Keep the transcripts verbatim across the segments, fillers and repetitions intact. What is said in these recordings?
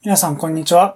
皆さんこんにちは。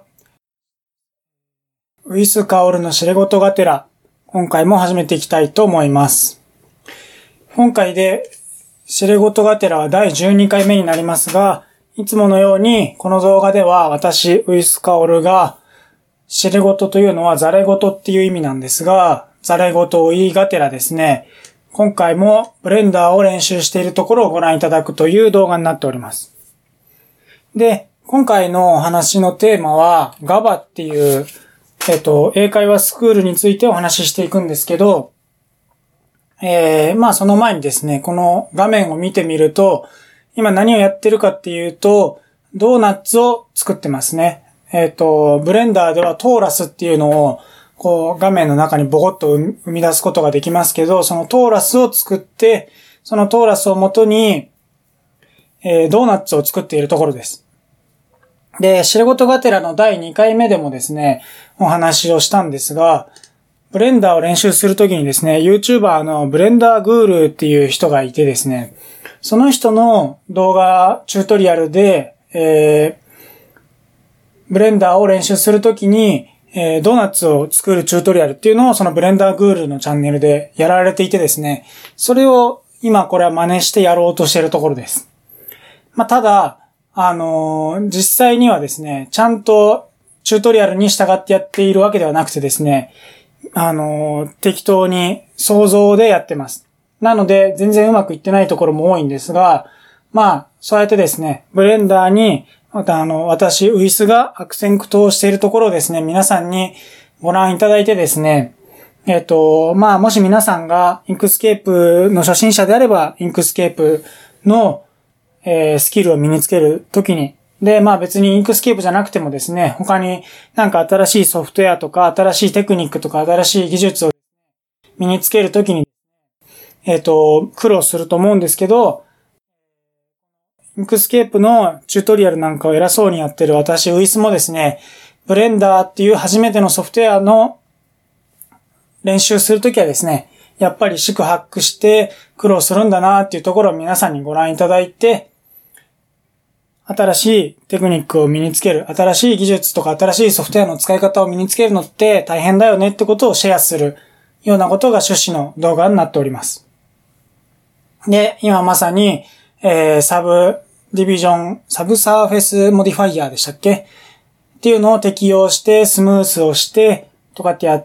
ウィスカオルの知れ事がてら、今回も始めていきたいと思います。今回で知れ事がてらはだいじゅうにかいめになりますが、いつものようにこの動画では私、ウィスカオルが知れ事というのはザレ事っていう意味なんですが、ザレ事を言いがてらですね、今回もブレンダーを練習しているところをご覧いただくという動画になっております。で、今回のお話のテーマは ガバ っていう、えっと、英会話スクールについてお話ししていくんですけど、えー、まあその前にですね、この画面を見てみると、今何をやってるかっていうと、ドーナツを作ってますね。えっと、ブレンダーではトーラスっていうのを、こう画面の中にボコッと生み出すことができますけど、そのトーラスを作って、そのトーラスを元に、えー、ドーナツを作っているところです。で、知れ事がてらのだいにかいめでもですね、お話をしたんですが、ブレンダーを練習するときにですね、YouTuber のブレンダーグールっていう人がいてですね、その人の動画チュートリアルで、えー、ブレンダーを練習するときに、えー、ドーナツを作るチュートリアルっていうのをそのブレンダーグールのチャンネルでやられていてですね、それを今これは真似してやろうとしているところです。まあ、ただ、あのー、実際にはですね、ちゃんとチュートリアルに従ってやっているわけではなくてですね、あのー、適当に想像でやってます。なので、全然うまくいってないところも多いんですが、まあ、そうやってですね、ブレンダーに、またあの、私、ウイスが悪戦苦闘しているところをですね、皆さんにご覧いただいてですね、えっと、まあ、もし皆さんがインクスケープの初心者であれば、インクスケープのえー、スキルを身につけるときに。で、まあ別にインクスケープじゃなくてもですね、他になんか新しいソフトウェアとか、新しいテクニックとか、新しい技術を身につけるときに、えっと、苦労すると思うんですけど、インクスケープのチュートリアルなんかを偉そうにやってる私、ウイスもですね、ブレンダーっていう初めてのソフトウェアの練習するときはですね、やっぱり四苦八苦して苦労するんだなっていうところを皆さんにご覧いただいて、新しいテクニックを身につける、新しい技術とか新しいソフトウェアの使い方を身につけるのって大変だよねってことをシェアするようなことが趣旨の動画になっております。で、今まさに、えー、サブディビジョン、サブサーフェスモディファイヤーでしたっけっていうのを適用してスムースをしてとかってやって、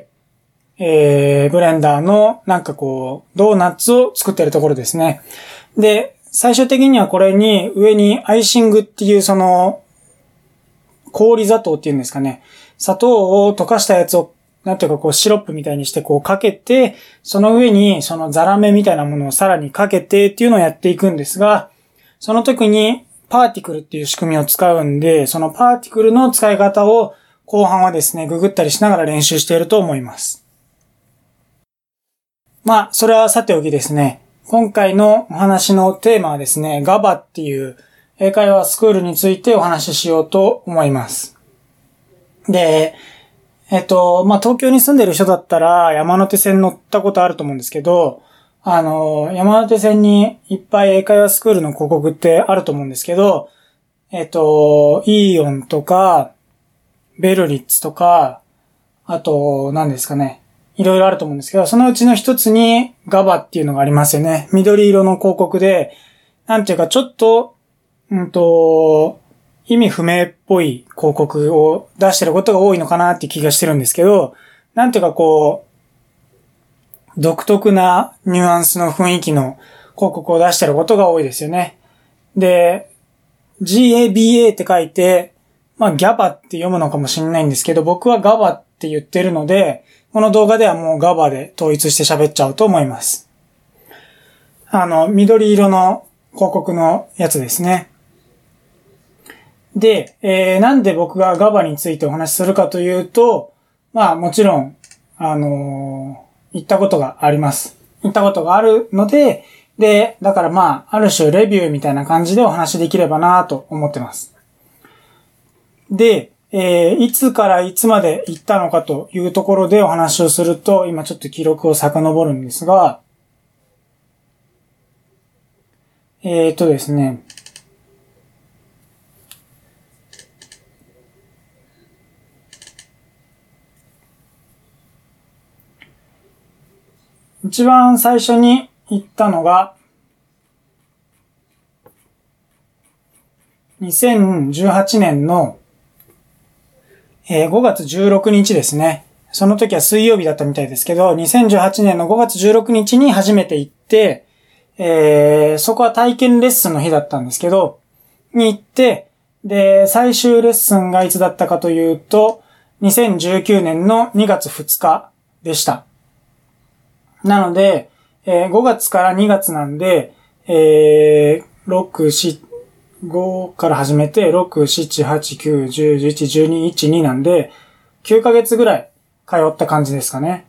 えー、ブレンダーのなんかこう、ドーナツを作ってるところですね。で、最終的にはこれに上にアイシングっていうその氷砂糖っていうんですかね。砂糖を溶かしたやつをなんていうかこうシロップみたいにしてこうかけて、その上にそのザラメみたいなものをさらにかけてっていうのをやっていくんですが、その時にパーティクルっていう仕組みを使うんで、そのパーティクルの使い方を後半はですね、ググったりしながら練習していると思います。まあ、それはさておきですね。今回のお話のテーマはですね、ガバ っていう英会話スクールについてお話ししようと思います。で、えっと、まあ、東京に住んでる人だったら山手線乗ったことあると思うんですけど、あの、山手線にいっぱい英会話スクールの広告ってあると思うんですけど、えっと、イーオンとか、ベルリッツとか、あと、何ですかね。いろいろあると思うんですけど、そのうちの一つにガバっていうのがありますよね。緑色の広告で、なんていうかちょっと、うんと、意味不明っぽい広告を出してることが多いのかなって気がしてるんですけど、なんていうかこう、独特なニュアンスの雰囲気の広告を出してることが多いですよね。で、ジーエービーエー って書いて、まあギャバって読むのかもしれないんですけど、僕はガバって言ってるので、この動画ではもうガバで統一して喋っちゃうと思います。あの、緑色の広告のやつですね。で、えー、なんで僕がガバについてお話しするかというと、まあもちろん、あのー、行ったことがあります。行ったことがあるので、で、だからまあ、ある種レビューみたいな感じでお話できればなと思ってます。で、えー、いつからいつまで行ったのかというところでお話をすると、今ちょっと記録を遡るんですが、えーとですね、 一番最初に行ったのが、にせんじゅうはちねんのごがつじゅうろくにちですね。その時は水曜日だったみたいですけど、にせんじゅうはちねんのごがつじゅうろくにちに初めて行って、えー、そこは体験レッスンの日だったんですけど、に行って、で、最終レッスンがいつだったかというと、にせんじゅうきゅうねんのにがつふつかでした。なので、えー、ごがつからにがつなんで、えー、ろく、し、ごから始めて、ろく、しち、はち、きゅう、じゅう、じゅういち、じゅうに、いち、になんで、きゅうかげつぐらい通った感じですかね。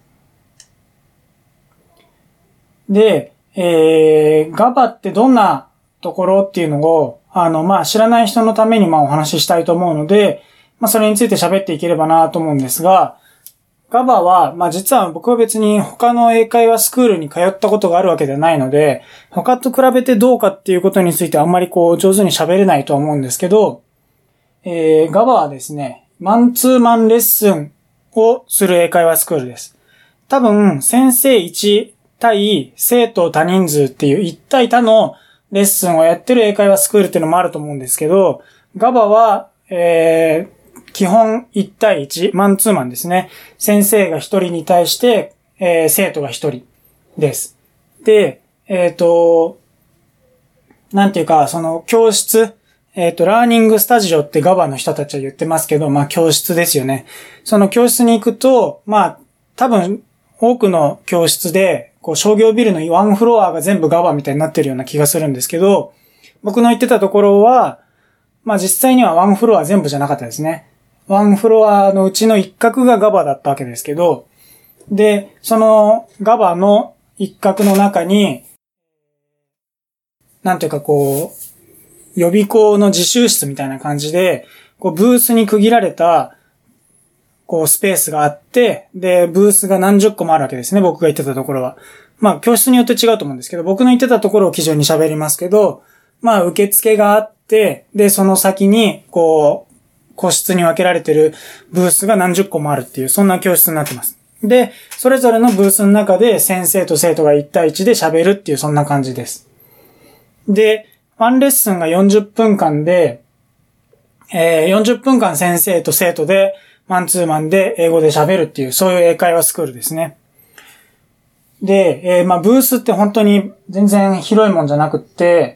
で、えー、ガバってどんなところっていうのを、あの、まあ、知らない人のためにまあお話ししたいと思うので、まあ、それについて喋っていければなと思うんですが、ガバは、まあ、実は僕は別に他の英会話スクールに通ったことがあるわけではないので、他と比べてどうかっていうことについてあんまりこう上手に喋れないとは思うんですけど、えー、ガバはですね、マンツーマンレッスンをする英会話スクールです。多分、先生いち対生徒多人数っていういち対多のレッスンをやってる英会話スクールっていうのもあると思うんですけど、ガバは、えー、基本いち対いち、マンツーマンですね。先生がひとりに対して、えー、生徒がひとりです。で、えっと、なんていうか、その教室、えっと、ラーニングスタジオってガバの人たちは言ってますけど、まあ教室ですよね。その教室に行くと、まあ多分多くの教室で、こう商業ビルのワンフロアが全部ガバみたいになってるような気がするんですけど、僕の言ってたところは、まあ実際にはワンフロア全部じゃなかったですね。ワンフロアのうちの一角がガバだったわけですけど、で、そのガバの一角の中に、なんていうかこう、予備校の自習室みたいな感じで、こうブースに区切られた、こうスペースがあって、で、ブースが何十個もあるわけですね、僕が言ってたところは。まあ教室によって違うと思うんですけど、僕の言ってたところを基準に喋りますけど、まあ受付があって、で、その先に、こう、個室に分けられてるブースが何十個もあるっていう、そんな教室になってます。で、それぞれのブースの中で先生と生徒がいち対いちで喋るっていう、そんな感じです。で、ワンレッスンがよんじゅっぷんかんで、えー、よんじゅっぷんかん先生と生徒で、マンツーマンで英語で喋るっていう、そういう英会話スクールですね。で、えー、まあ、ブースって本当に全然広いもんじゃなくって、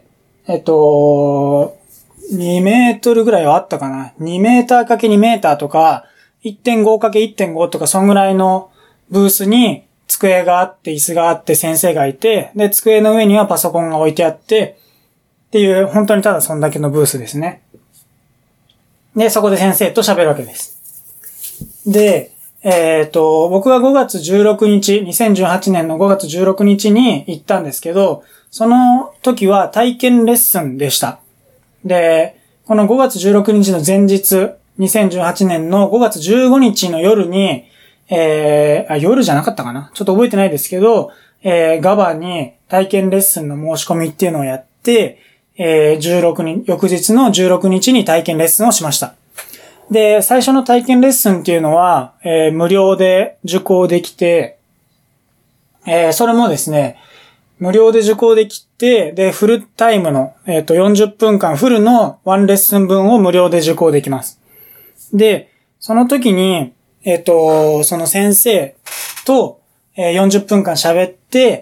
えっと、にメートルぐらいはあったかな。にメーターかけにメーターとか、いってんごかけいってんご とか、そんぐらいのブースに机があって、椅子があって、先生がいて、で、机の上にはパソコンが置いてあって、っていう、本当にただそんだけのブースですね。で、そこで先生と喋るわけです。で、えっと、僕はごがつじゅうろくにち、にせんじゅうはちねんのごがつじゅうろくにちに行ったんですけど、その時は体験レッスンでした。で、このごがつじゅうろくにちの前日、にせんじゅうはちねんのごがつじゅうごにちの夜に、えー、あ、夜じゃなかったかな？ちょっと覚えてないですけど、えー、ガバに体験レッスンの申し込みっていうのをやって、えー、じゅうろくにち、翌日のじゅうろくにちに体験レッスンをしました。で、最初の体験レッスンっていうのは、えー、無料で受講できて、えー、それもですね、無料で受講できて、で、フルタイムの、えっと、よんじゅっぷんかんフルのワンレッスン分を無料で受講できます。で、その時に、えっと、その先生と、えー、よんじゅっぷんかん喋って、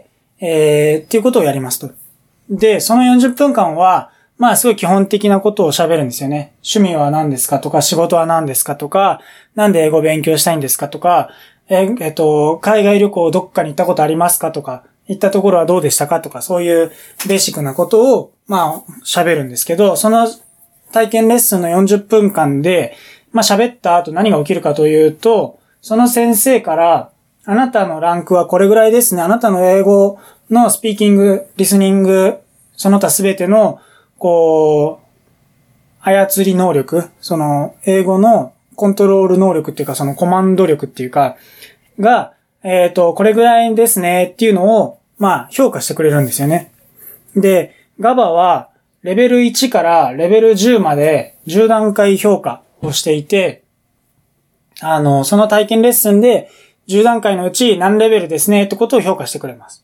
えー、っていうことをやりますと。で、そのよんじゅっぷんかんは、まあ、すごい基本的なことを喋るんですよね。趣味は何ですかとか、仕事は何ですかとか、なんで英語を勉強したいんですかとか、えー、えっと、海外旅行どっかに行ったことありますかとか、行ったところはどうでしたかとか、そういうベーシックなことを、まあ、喋るんですけど、その体験レッスンのよんじゅっぷんかんで、まあ、喋った後何が起きるかというと、その先生から、あなたのランクはこれぐらいですね。あなたの英語のスピーキング、リスニング、その他すべての、こう、操り能力、その、英語のコントロール能力っていうか、そのコマンド力っていうか、が、えっと、これぐらいですねっていうのを、まあ、評価してくれるんですよね。で、ガバは、レベルいちからレベルじゅうまでじゅうだんかい評価をしていて、あの、その体験レッスンでじゅう段階のうち何レベルですねってことを評価してくれます。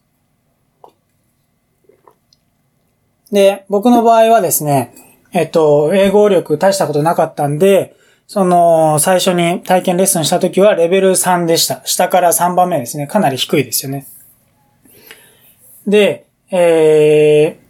で、僕の場合はですね、えっと、英語力大したことなかったんで、その、最初に体験レッスンした時はレベルさんでした。下からさんばんめですね。かなり低いですよね。で、え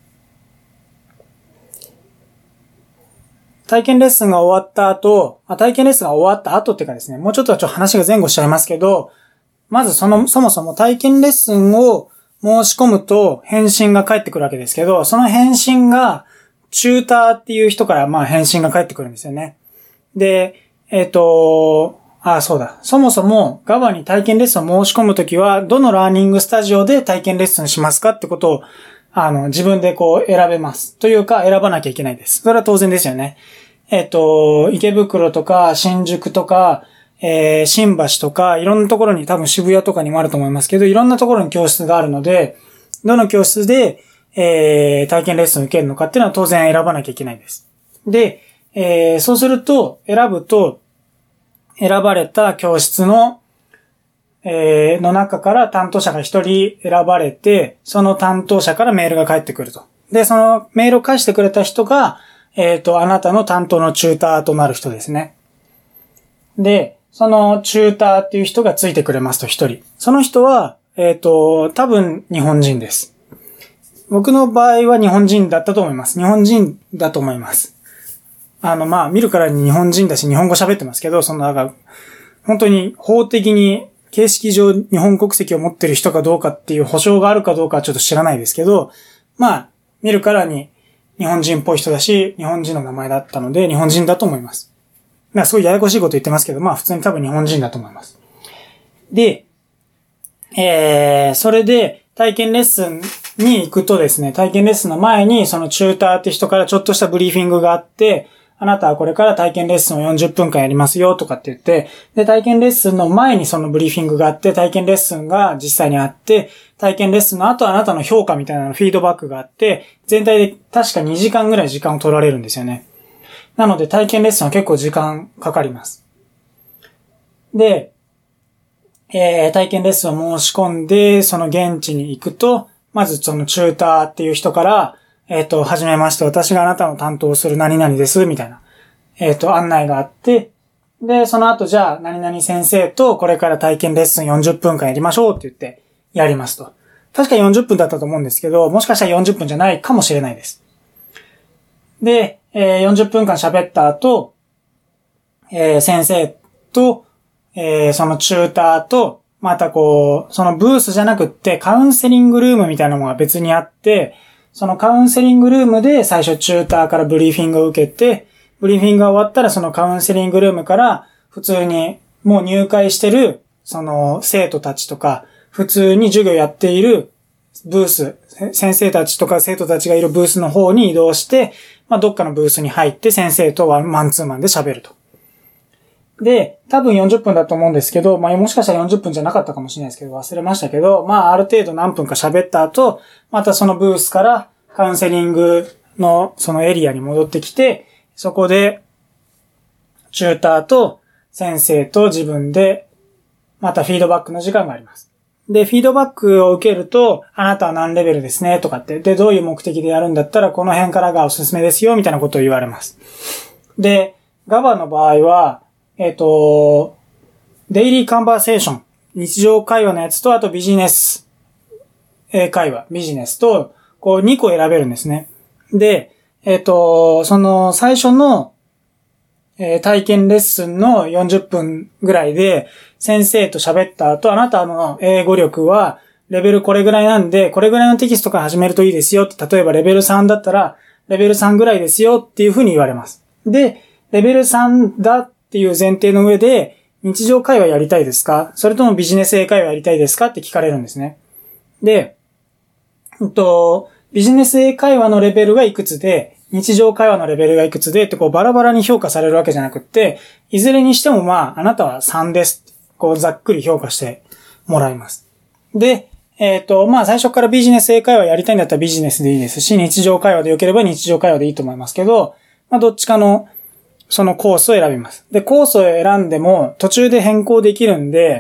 ー、体験レッスンが終わった後、あ、体験レッスンが終わった後っていうかですね、もうちょっとちょっと話が前後しちゃいますけど、まずその、そもそも体験レッスンを申し込むと返信が返ってくるわけですけど、その返信がチューターっていう人からまあ返信が返ってくるんですよね。で、えっと、あ、そうだ。そもそも ジェイエービー に体験レッスンを申し込むときは、どのラーニングスタジオで体験レッスンしますかってことを、あの、自分でこう選べます。というか選ばなきゃいけないです。それは当然ですよね。えっと、池袋とか新宿とか、えー、新橋とか、いろんなところに、多分渋谷とかにもあると思いますけど、いろんなところに教室があるので、どの教室で、えー、体験レッスンを受けるのかっていうのは当然選ばなきゃいけないです。で、えー、そうすると、選ぶと、選ばれた教室の、えー、の中から担当者が一人選ばれて、その担当者からメールが返ってくると。で、そのメールを返してくれた人が、えっと、あなたの担当のチューターとなる人ですね。で、そのチューターっていう人がついてくれますと一人。その人は、えっと、多分日本人です。僕の場合は日本人だったと思います。日本人だと思います。あの、まあ、見るからに日本人だし、日本語喋ってますけど、その、なんか、本当に法的に形式上日本国籍を持ってる人かどうかっていう保証があるかどうかはちょっと知らないですけど、まあ、見るからに日本人っぽい人だし、日本人の名前だったので、日本人だと思います。まあ、すごいややこしいこと言ってますけど、まあ、普通に多分日本人だと思います。で、えー、それで体験レッスンに行くとですね、体験レッスンの前にそのチューターって人からちょっとしたブリーフィングがあって、あなたはこれから体験レッスンをよんじゅっぷんかんやりますよとかって言って、で、体験レッスンの前にそのブリーフィングがあって、体験レッスンが実際にあって、体験レッスンの後あなたの評価みたいなのフィードバックがあって、全体で確かにじかんぐらい時間を取られるんですよね。なので体験レッスンは結構時間かかります。で、えー、体験レッスンを申し込んで、その現地に行くと、まずそのチューターっていう人から、えっと、はじめまして、私があなたの担当する何々です、みたいな、えっと、案内があって、で、その後じゃあ、何々先生とこれから体験レッスンよんじゅっぷんかんやりましょうって言って、やりますと。確かよんじゅっぷんだったと思うんですけど、もしかしたらよんじゅっぷんじゃないかもしれないです。で、えー、よんじゅっぷんかん喋った後、えー、先生と、えー、そのチューターと、またこう、そのブースじゃなくってカウンセリングルームみたいなのが別にあって、そのカウンセリングルームで最初チューターからブリーフィングを受けて、ブリーフィングが終わったらそのカウンセリングルームから普通にもう入会してるその生徒たちとか、普通に授業やっているブース、先生たちとか生徒たちがいるブースの方に移動して、まあどっかのブースに入って先生とはマンツーマンで喋ると。で、多分よんじゅっぷんだと思うんですけど、まあもしかしたらよんじゅっぷんじゃなかったかもしれないですけど、忘れましたけど、まあある程度何分か喋った後、またそのブースからカウンセリングのそのエリアに戻ってきて、そこでチューターと先生と自分でまたフィードバックの時間があります。で、フィードバックを受けると、あなたは何レベルですねとかって、で、どういう目的でやるんだったらこの辺からがおすすめですよみたいなことを言われます。で、ジェイエービー の場合は、えっと、デイリーカンバーセーション、日常会話のやつと、あとビジネス会話、ビジネスと、こうにこ選べるんですね。で、えっと、その最初の、えー、体験レッスンのよんじゅっぷんぐらいで、先生と喋った後、あなたの英語力はレベルこれぐらいなんで、これぐらいのテキストから始めるといいですよって、例えばレベルさんだったら、レベルさんぐらいですよっていうふうに言われます。で、レベルさんだっていう前提の上で、日常会話やりたいですか？それともビジネス英会話やりたいですかって聞かれるんですね。で、うんと、ビジネス英会話のレベルがいくつで、日常会話のレベルがいくつでってこうバラバラに評価されるわけじゃなくって、いずれにしてもまあ、あなたはさんです。こうざっくり評価してもらいます。で、えっと、まあ最初からビジネス英会話やりたいんだったらビジネスでいいですし、日常会話で良ければ日常会話でいいと思いますけど、まあどっちかのそのコースを選びます。で、コースを選んでも途中で変更できるんで、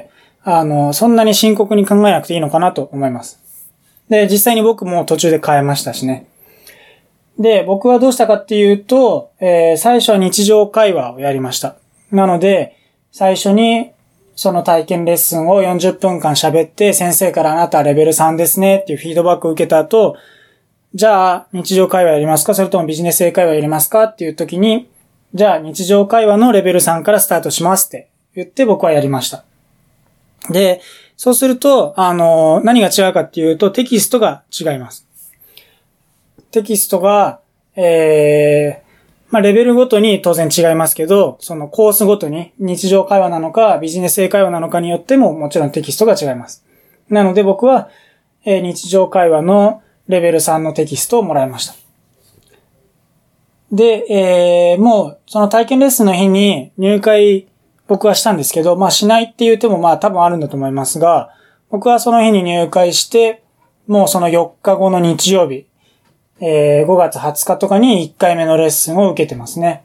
あの、そんなに深刻に考えなくていいのかなと思います。で、実際に僕も途中で変えましたしね。で、僕はどうしたかっていうと、えー、最初は日常会話をやりました。なので、最初にその体験レッスンをよんじゅっぷんかん喋って、先生からあなたはレベルさんですねっていうフィードバックを受けた後、じゃあ日常会話やりますか、それともビジネス英会話やりますかっていう時に、じゃあ日常会話のレベルさんからスタートしますって言って僕はやりました。で、そうすると、あの、何が違うかっていうとテキストが違います。テキストが、えー、まあ、レベルごとに当然違いますけど、そのコースごとに日常会話なのかビジネス英会話なのかによってももちろんテキストが違います。なので僕は、えー、日常会話のレベルさんのテキストをもらいました。で、えー、もうその体験レッスンの日に入会僕はしたんですけど、まあしないって言ってもまあ多分あるんだと思いますが、僕はその日に入会して、もうそのよっかごの日曜日、えー、ごがつはつかとかにいっかいめのレッスンを受けてますね。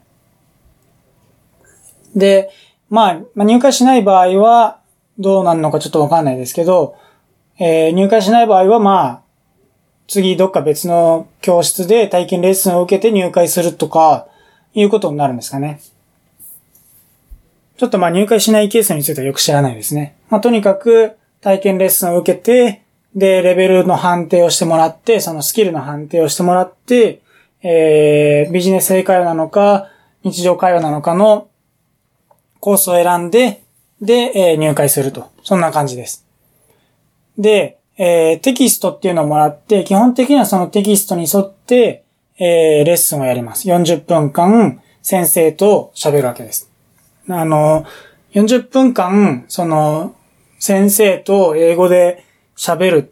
で、まあ、まあ、入会しない場合はどうなるのかちょっとわかんないですけど、えー、入会しない場合はまあ、次どっか別の教室で体験レッスンを受けて入会するとか、いうことになるんですかね。ちょっとまあ入会しないケースについてはよく知らないですね。まあとにかく体験レッスンを受けて、で、レベルの判定をしてもらって、そのスキルの判定をしてもらって、えー、ビジネス英会話なのか、日常会話なのかのコースを選んで、で、えー、入会すると。そんな感じです。で、えー、テキストっていうのをもらって、基本的にはそのテキストに沿って、えー、レッスンをやります。よんじゅっぷんかん先生と喋るわけです。あの、よんじゅっぷんかん、その、先生と英語で喋るって、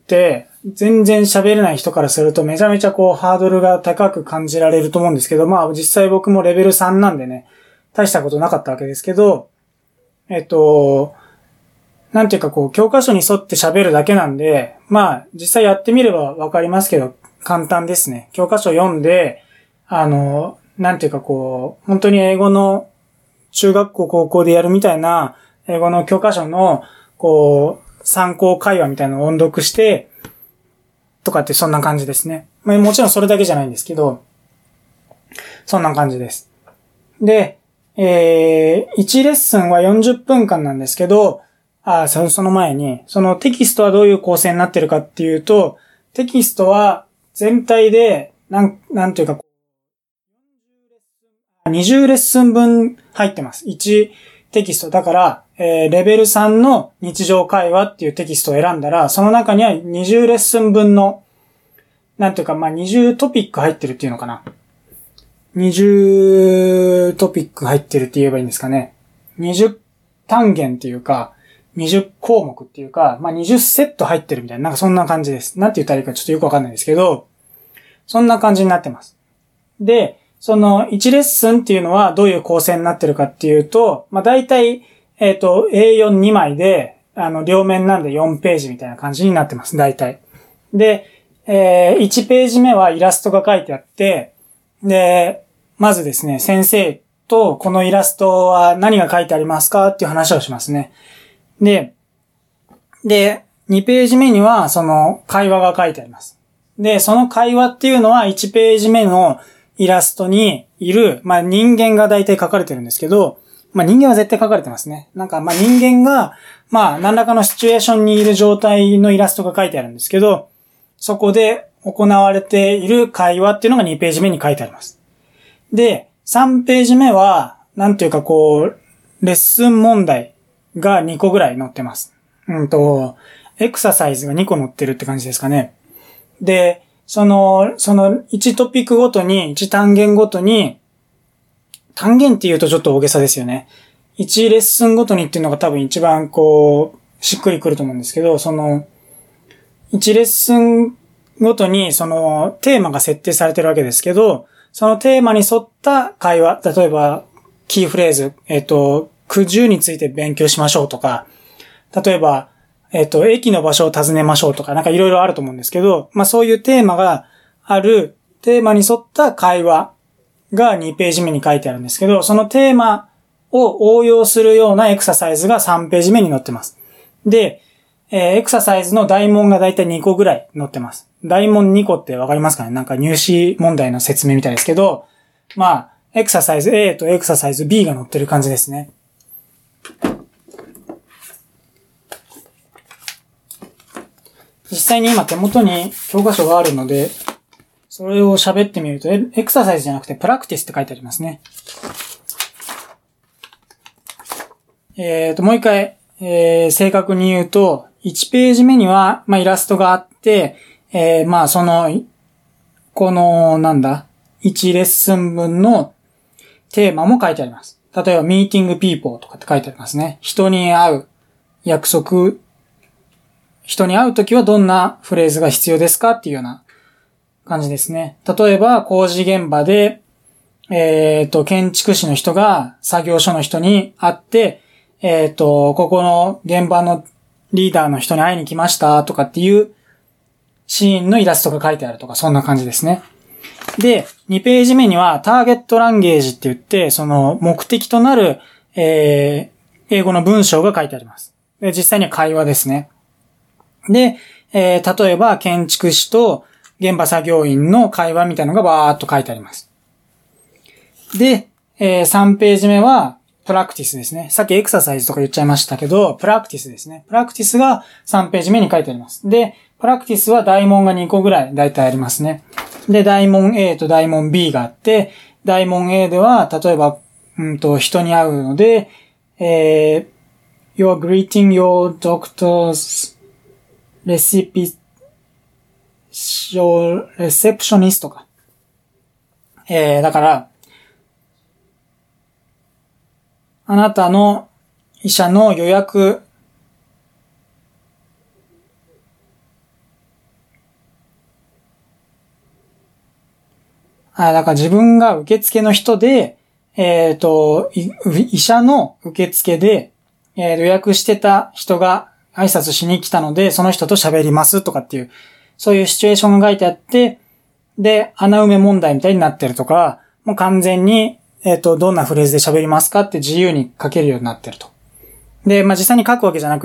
全然喋れない人からするとめちゃめちゃこうハードルが高く感じられると思うんですけど、まあ実際僕もレベルさんなんでね、大したことなかったわけですけど、えっと、なんていうかこう教科書に沿って喋るだけなんで、まあ実際やってみればわかりますけど、簡単ですね。教科書読んで、あの、なんていうかこう、本当に英語の中学校高校でやるみたいな英語の教科書のこう、参考会話みたいなのを音読して、とかってそんな感じですね。まあもちろんそれだけじゃないんですけど、そんな感じです。で、えー、いちレッスンはよんじゅっぷんかんなんですけど、あそ、その前に、そのテキストはどういう構成になってるかっていうと、テキストは全体で、なん、なんていうか、にじゅうレッスン分入ってます。いちテキスト。だから、えー、レベルさんの日常会話っていうテキストを選んだら、その中にはにじゅうレッスン分の、なんていうか、まあ、にじゅうトピック入ってるっていうのかな。にじゅうトピック入ってるって言えばいいんですかね。にじゅう単元っていうか、にじゅう項目っていうか、まあ、にじゅうセット入ってるみたいな、なんかそんな感じです。なんて言ったらいいかちょっとよくわかんないですけど、そんな感じになってます。で、そのいちレッスンっていうのはどういう構成になってるかっていうと、まあ、大体、えっと、エーよんに 枚で、あの、両面なんでよんページみたいな感じになってます、大体。で、えー、いちページ目はイラストが書いてあって、で、まずですね、先生とこのイラストは何が書いてありますかっていう話をしますね。で、で、にページ目にはその会話が書いてあります。で、その会話っていうのはいちページ目のイラストにいる、まあ人間が大体書かれてるんですけど、まあ人間は絶対書かれてますね。なんかまあ人間が、まあ何らかのシチュエーションにいる状態のイラストが書いてあるんですけど、そこで行われている会話っていうのがにページ目に書いてあります。で、さんページ目は、なんていうかこう、レッスン問題がにこぐらい載ってます。うんと、エクササイズがにこ載ってるって感じですかね。で、その、そのいちトピックごとに、いち単元ごとに、単元って言うとちょっと大げさですよね。いちレッスンごとにっていうのが多分一番こう、しっくりくると思うんですけど、その、いちレッスンごとにそのテーマが設定されてるわけですけど、そのテーマに沿った会話、例えば、キーフレーズ、えっと、くじゅうについて勉強しましょうとか、例えば、えっと、駅の場所を尋ねましょうとか、なんかいろいろあると思うんですけど、まあそういうテーマがある、テーマに沿った会話がにページ目に書いてあるんですけど、そのテーマを応用するようなエクササイズがさんページ目に載ってます。 で、えー、エクササイズの大問がだいたいにこぐらい載ってます。大問にこってわかりますかね？なんか入試問題の説明みたいですけど、まあ、エクササイズ A とエクササイズ B が載ってる感じですね。実際に今手元に教科書があるので、それを喋ってみると、エクササイズじゃなくてプラクティスって書いてありますね。えーと、もう一回、えー、正確に言うと、いちページ目には、まあ、イラストがあって、えー、まあ、その、この、なんだ、いちレッスン分のテーマも書いてあります。例えば、ミーティングピーポーとかって書いてありますね。人に会う、約束、人に会うときはどんなフレーズが必要ですかっていうような感じですね。例えば、工事現場で、えっと、建築士の人が作業所の人に会って、えっと、ここの現場のリーダーの人に会いに来ましたとかっていうシーンのイラストが書いてあるとか、そんな感じですね。で、にページ目にはターゲットランゲージって言って、その目的となる、えー、英語の文章が書いてあります。で、実際には会話ですね。で、えー、例えば建築士と現場作業員の会話みたいなのがバーっと書いてあります。で、えー、さんページ目はプラクティスですね。さっきエクササイズとか言っちゃいましたけど、プラクティスですね。プラクティスがさんページ目に書いてあります。で、プラクティスは大問がにこぐらいだいたいありますね。で、大問 A と大問 B があって、大問 A では、例えば、うんと、人に会うので、えー、You're greeting your doctor's recipe, your receptionist とか。えー、だから、あなたの医者の予約、あ、だから自分が受付の人で、えっと、医者の受付で、えー、予約してた人が挨拶しに来たので、その人と喋りますとかっていう、そういうシチュエーションが書いてあって、で、穴埋め問題みたいになってるとか、もう完全に、えっと、どんなフレーズで喋りますかって自由に書けるようになってると。で、まあ、実際に書くわけじゃなくって、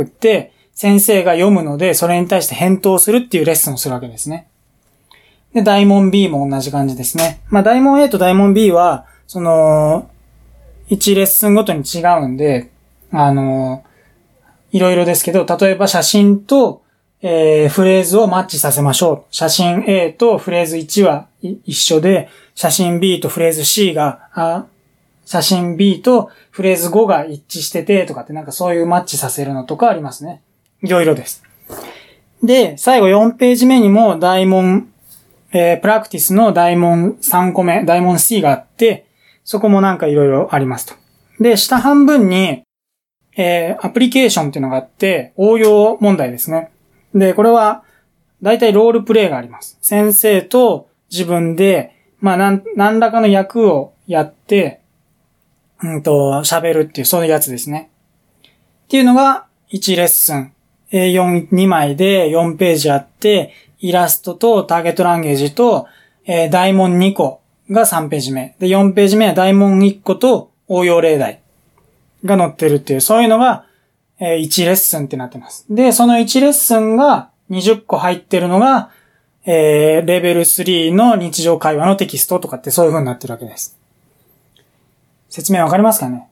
先生が読むので、それに対して返答するっていうレッスンをするわけですね。で、大問 B も同じ感じですね。まあ、大問 A と大問 B は、その、いちレッスンごとに違うんで、あの、いろいろですけど、例えば写真と、えー、フレーズをマッチさせましょう。写真 A とフレーズいちは一緒で、写真 B とフレーズ C が、あ、写真 B とフレーズごが一致しててとかってなんかそういうマッチさせるのとかありますね。いろいろです。で、最後よんページ目にも大問、えー、プラクティスの大問さんこめ、大問 C があって、そこもなんかいろいろありますと。で、下半分に、えー、アプリケーションっていうのがあって、応用問題ですね。で、これは、だいたいロールプレイがあります。先生と自分で、まあ、なん、何らかの役をやって、うんと、喋るっていう、そういうやつですね。っていうのが、いちレッスン。エーよんに 枚でよんページあって、イラストとターゲットランゲージと、えー、大問にこがさんページ目。で、よんページ目は大問いっこと応用例題が載ってるっていう、そういうのが、えー、いちレッスンってなってます。で、そのいちレッスンがにじゅっこ入ってるのが、えー、レベルスリーの日常会話のテキストとかってそういう風になってるわけです。説明わかりますかね？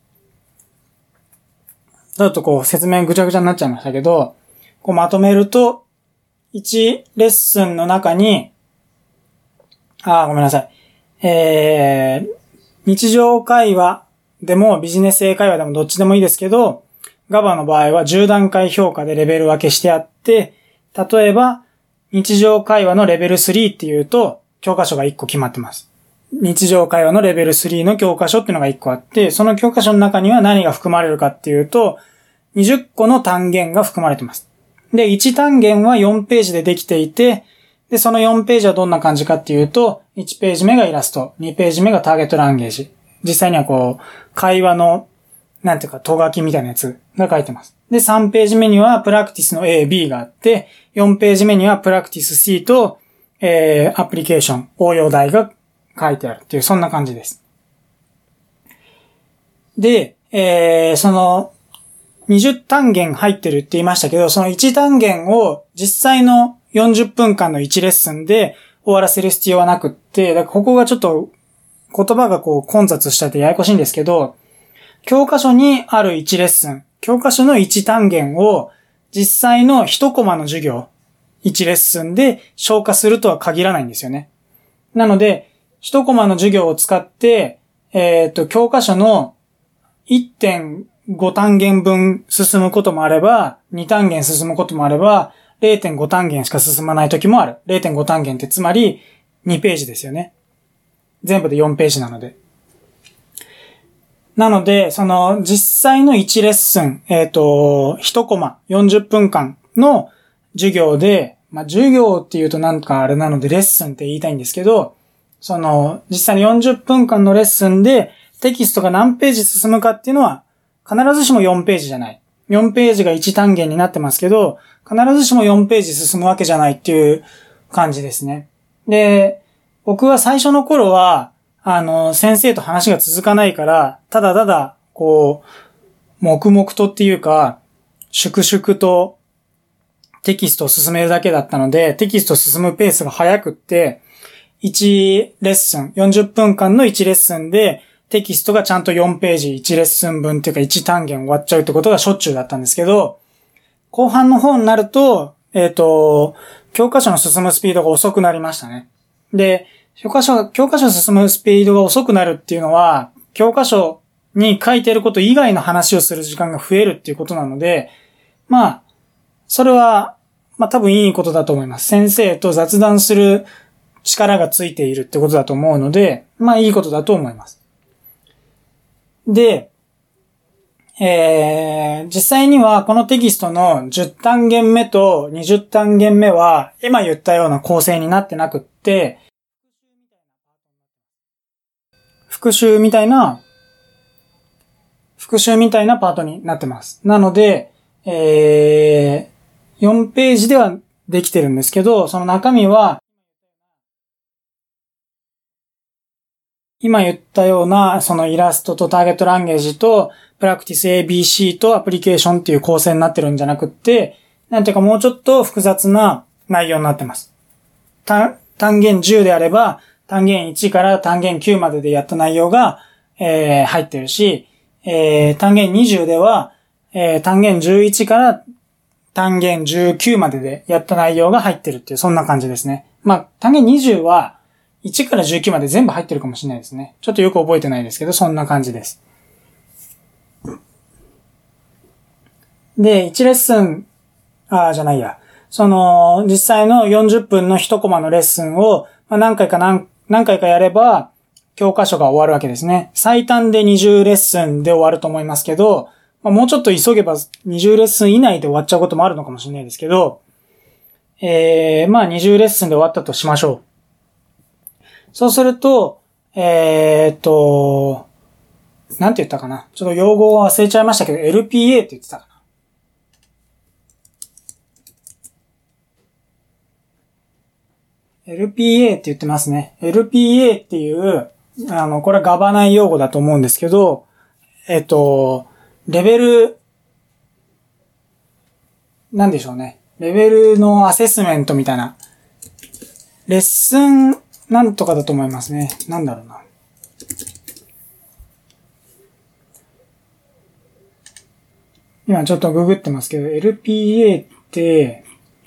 ちょっとこう説明ぐちゃぐちゃになっちゃいましたけど、こうまとめると、いちレッスンの中に、あーごめんなさい。えー、日常会話でもビジネス英会話でもどっちでもいいですけど、ガバ の場合はじゅう段階評価でレベル分けしてあって、例えば日常会話のレベルスリーっていうと教科書がいっこ決まってます。日常会話のレベルスリーの教科書っていうのがいっこあって、その教科書の中には何が含まれるかっていうと、にじゅっこの単元が含まれてます。で、いち単元はよんページでできていて、で、そのよんページはどんな感じかっていうと、いちページ目がイラスト、にページ目がターゲットランゲージ。実際にはこう、会話の、なんていうか、とがきみたいなやつが書いてます。で、さんページ目にはプラクティスの A、B があって、よんページ目にはプラクティス C と、えー、アプリケーション、応用題が書いてあるっていう、そんな感じです。で、えー、その、 にじゅう単元入ってるって言いましたけど、そのいち単元を実際のよんじゅっぷんかんのいちレッスンで終わらせる必要はなくって、だからここがちょっと言葉がこう混雑しちゃってややこしいんですけど、教科書にあるいちレッスン、教科書のいち単元を実際のいちコマの授業、いちレッスンで消化するとは限らないんですよね。なので、いちコマの授業を使って、えっと、教科書の いってんご単元分進むこともあれば、に単元進むこともあれば、れいてんご単元しか進まない時もある。れいてんご単元ってつまりにページですよね。全部でよんページなので。なので、その実際のいちレッスン、えっと、いちコマよんじゅっぷんかんの授業で、まあ、授業って言うとなんかあれなのでレッスンって言いたいんですけど、その実際によんじゅっぷんかんのレッスンでテキストが何ページ進むかっていうのは必ずしもよんページじゃない。よんページがいち単元になってますけど、必ずしもよんページ進むわけじゃないっていう感じですね。で、僕は最初の頃は、あの、先生と話が続かないから、ただただ、こう、黙々とっていうか、粛々とテキストを進めるだけだったので、テキスト進むペースが速くって、いちレッスン、よんじゅっぷんかんのいちレッスンで、テキストがちゃんとよんページ、いちレッスン分っていうかいち単元終わっちゃうってことがしょっちゅうだったんですけど、後半の方になると、えっと、教科書の進むスピードが遅くなりましたね。で、教科書、教科書進むスピードが遅くなるっていうのは、教科書に書いていること以外の話をする時間が増えるっていうことなので、まあ、それは、まあ多分いいことだと思います。先生と雑談する力がついているってことだと思うので、まあいいことだと思います。で、えー、実際にはこのテキストのじゅう単元目とにじゅう単元目は今言ったような構成になってなくって、復習みたいな、復習みたいなパートになってます。なので、えー、よんページではできてるんですけど、その中身は、今言ったような、そのイラストとターゲットランゲージと、プラクティス エービーシー とアプリケーションっていう構成になってるんじゃなくって、なんていうかもうちょっと複雑な内容になってます。単元じゅうであれば、単元いちから単元きゅうまででやった内容が、えー、入ってるし、えー、単元にじゅうでは、えー、単元じゅういちから単元じゅうきゅうまででやった内容が入ってるっていう、そんな感じですね。まあ、単元にじゅうはいちからじゅうきゅうまで全部入ってるかもしれないですね。ちょっとよく覚えてないですけど、そんな感じです。で、いちレッスン、ああ、じゃないや。その、実際のよんじゅっぷんのいちコマのレッスンを、まあ、何回か何、何回かやれば、教科書が終わるわけですね。最短でにじゅうレッスンで終わると思いますけど、まあ、もうちょっと急げばにじゅうレッスン以内で終わっちゃうこともあるのかもしれないですけど、えー、まあにじゅうレッスンで終わったとしましょう。そうすると、えーっと、なんて言ったかな。ちょっと用語を忘れちゃいましたけど、エルピーエー って言ってたかな。エルピーエー って言ってますね。エルピーエー っていう、あの、これはガバナイ用語だと思うんですけど、えっと、レベル、なんでしょうね。レベルのアセスメントみたいな。レッスンなんとかだと思いますね。なんだろうな。今ちょっとググってますけど、エルピーエーって、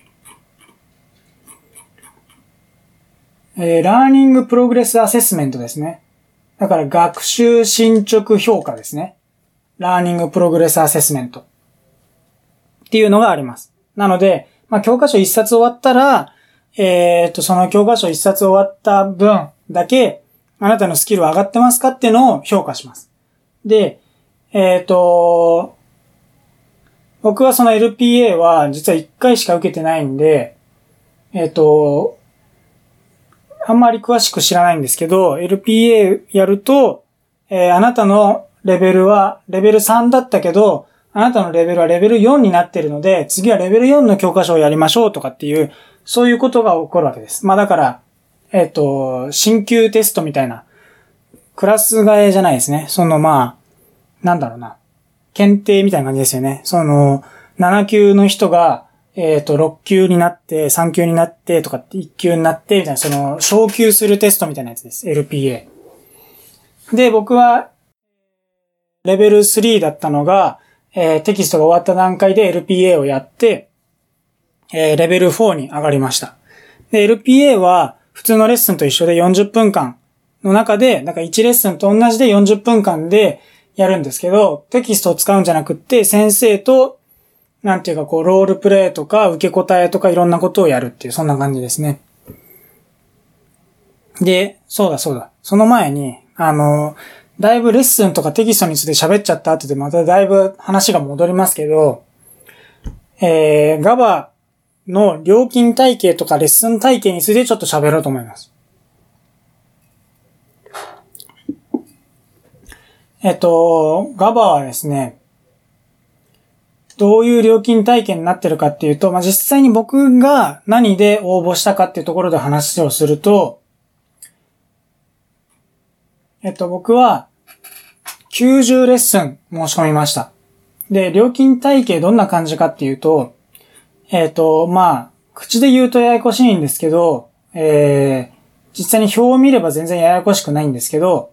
えー、ラーニングプログレスアセスメントですね。だから学習進捗評価ですね。ラーニングプログレスアセスメント。っていうのがあります。なので、まあ、教科書一冊終わったら、えー、っと、その教科書一冊終わった分だけ、あなたのスキルは上がってますかっていうのを評価します。で、えー、っと、僕はその エルピーエー は実は一回しか受けてないんで、えー、っと、あんまり詳しく知らないんですけど、エルピーエー やると、えー、あなたのレベルはレベルさんだったけど、あなたのレベルはレベルよんになってるので、次はレベルよんの教科書をやりましょうとかっていう、そういうことが起こるわけです。まあだから、えっと、進級テストみたいな、クラス替えじゃないですね。そのまあ、なんだろうな。 検定みたいな感じですよね。その、なな級の人が、えっと、ろっ級になって、さん級になってとかっていっ級になって、みたいな、その、昇級するテストみたいなやつです。エルピーエー。で、僕は、レベルスリーだったのが、えー、テキストが終わった段階で エルピーエー をやって、えー、レベルフォーに上がりました。で、エルピーエー は、普通のレッスンと一緒でよんじゅっぷんかんの中で、なんかいちレッスンと同じでよんじゅっぷんかんでやるんですけど、テキストを使うんじゃなくって、先生と、なんていうかこう、ロールプレイとか、受け答えとかいろんなことをやるっていう、そんな感じですね。で、そうだそうだ。その前に、あの、だいぶレッスンとかテキストについて喋っちゃった後でまただいぶ話が戻りますけど、えー、ガバの料金体系とかレッスン体系についてちょっと喋ろうと思います。えっと、ガバはですね、どういう料金体系になってるかっていうと、まあ、実際に僕が何で応募したかっていうところで話をすると、えっと、僕はきゅうじゅうレッスン申し込みました。で、料金体系どんな感じかっていうと、えっと、まあ、口で言うとややこしいんですけど、えー、実際に表を見れば全然ややこしくないんですけど、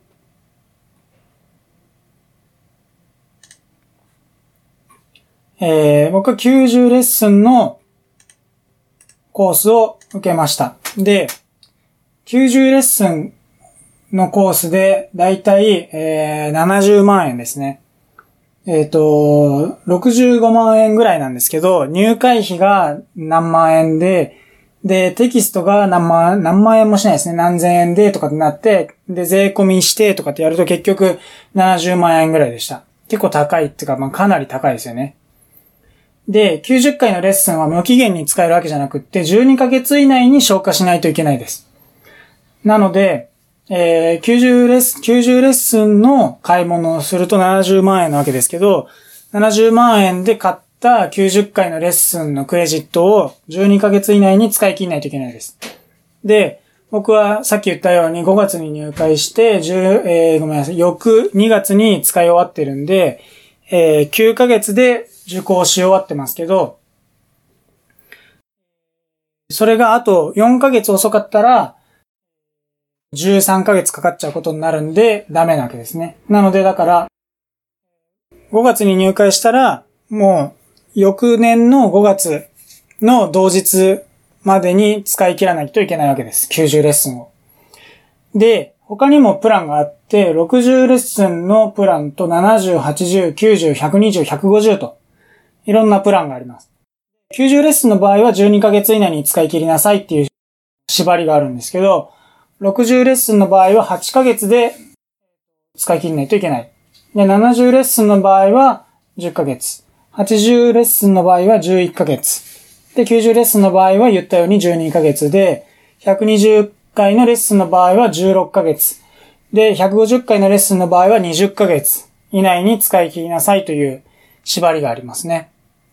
えー、僕はきゅうじゅうレッスンのコースを受けました。で、きゅうじゅうレッスンのコースでだいたい、えー、ななじゅうまんえんですね。えっと、ろくじゅうごまんえんぐらいなんですけど、入会費が何万円で、で、テキストが何万、何万円もしないですね。何千円でとかってなって、で、税込みしてとかってやると結局ななじゅうまんえんぐらいでした。結構高いっていうか、まあかなり高いですよね。で、きゅうじゅっかいのレッスンは無期限に使えるわけじゃなくって、じゅうにかげつ以内に消化しないといけないです。なので、えー、きゅうじゅうレッスン、きゅうじゅうレッスンの買い物をするとななじゅうまんえんなわけですけど、ななじゅうまんえんで買ったきゅうじゅっかいのレッスンのクレジットをじゅうにかげつ以内に使い切らないといけないです。で、僕はさっき言ったようにごがつに入会して、じゅう、えー、ごめんなさい、翌にがつに使い終わってるんで、えー、きゅうかげつで受講し終わってますけど、それがあとよんかげつ遅かったら、じゅうさんかげつかかっちゃうことになるんで、ダメなわけですね。なのでだから、ごがつに入会したら、もう、翌年のごがつの同日までに使い切らないといけないわけです。きゅうじゅうレッスンを。で、他にもプランがあって、ろくじゅうレッスンのプランとななじゅう、はちじゅう、きゅうじゅう、ひゃくにじゅう、ひゃくごじゅうと、いろんなプランがあります。きゅうじゅうレッスンの場合はじゅうにかげつ以内に使い切りなさいっていう縛りがあるんですけど、ろくじゅうレッスンの場合ははちかげつで使い切らないといけない。で、ななじゅうレッスンの場合はじゅっかげつ。はちじゅうレッスンの場合はじゅういっかげつ。で、きゅうじゅうレッスンの場合は言ったようにじゅうにかげつで、ひゃくにじゅっかいのレッスンの場合はじゅうろっかげつ。で、ひゃくごじゅっかいのレッスンの場合はにじゅっかげつ以内に使い切りなさいという縛りがありますね。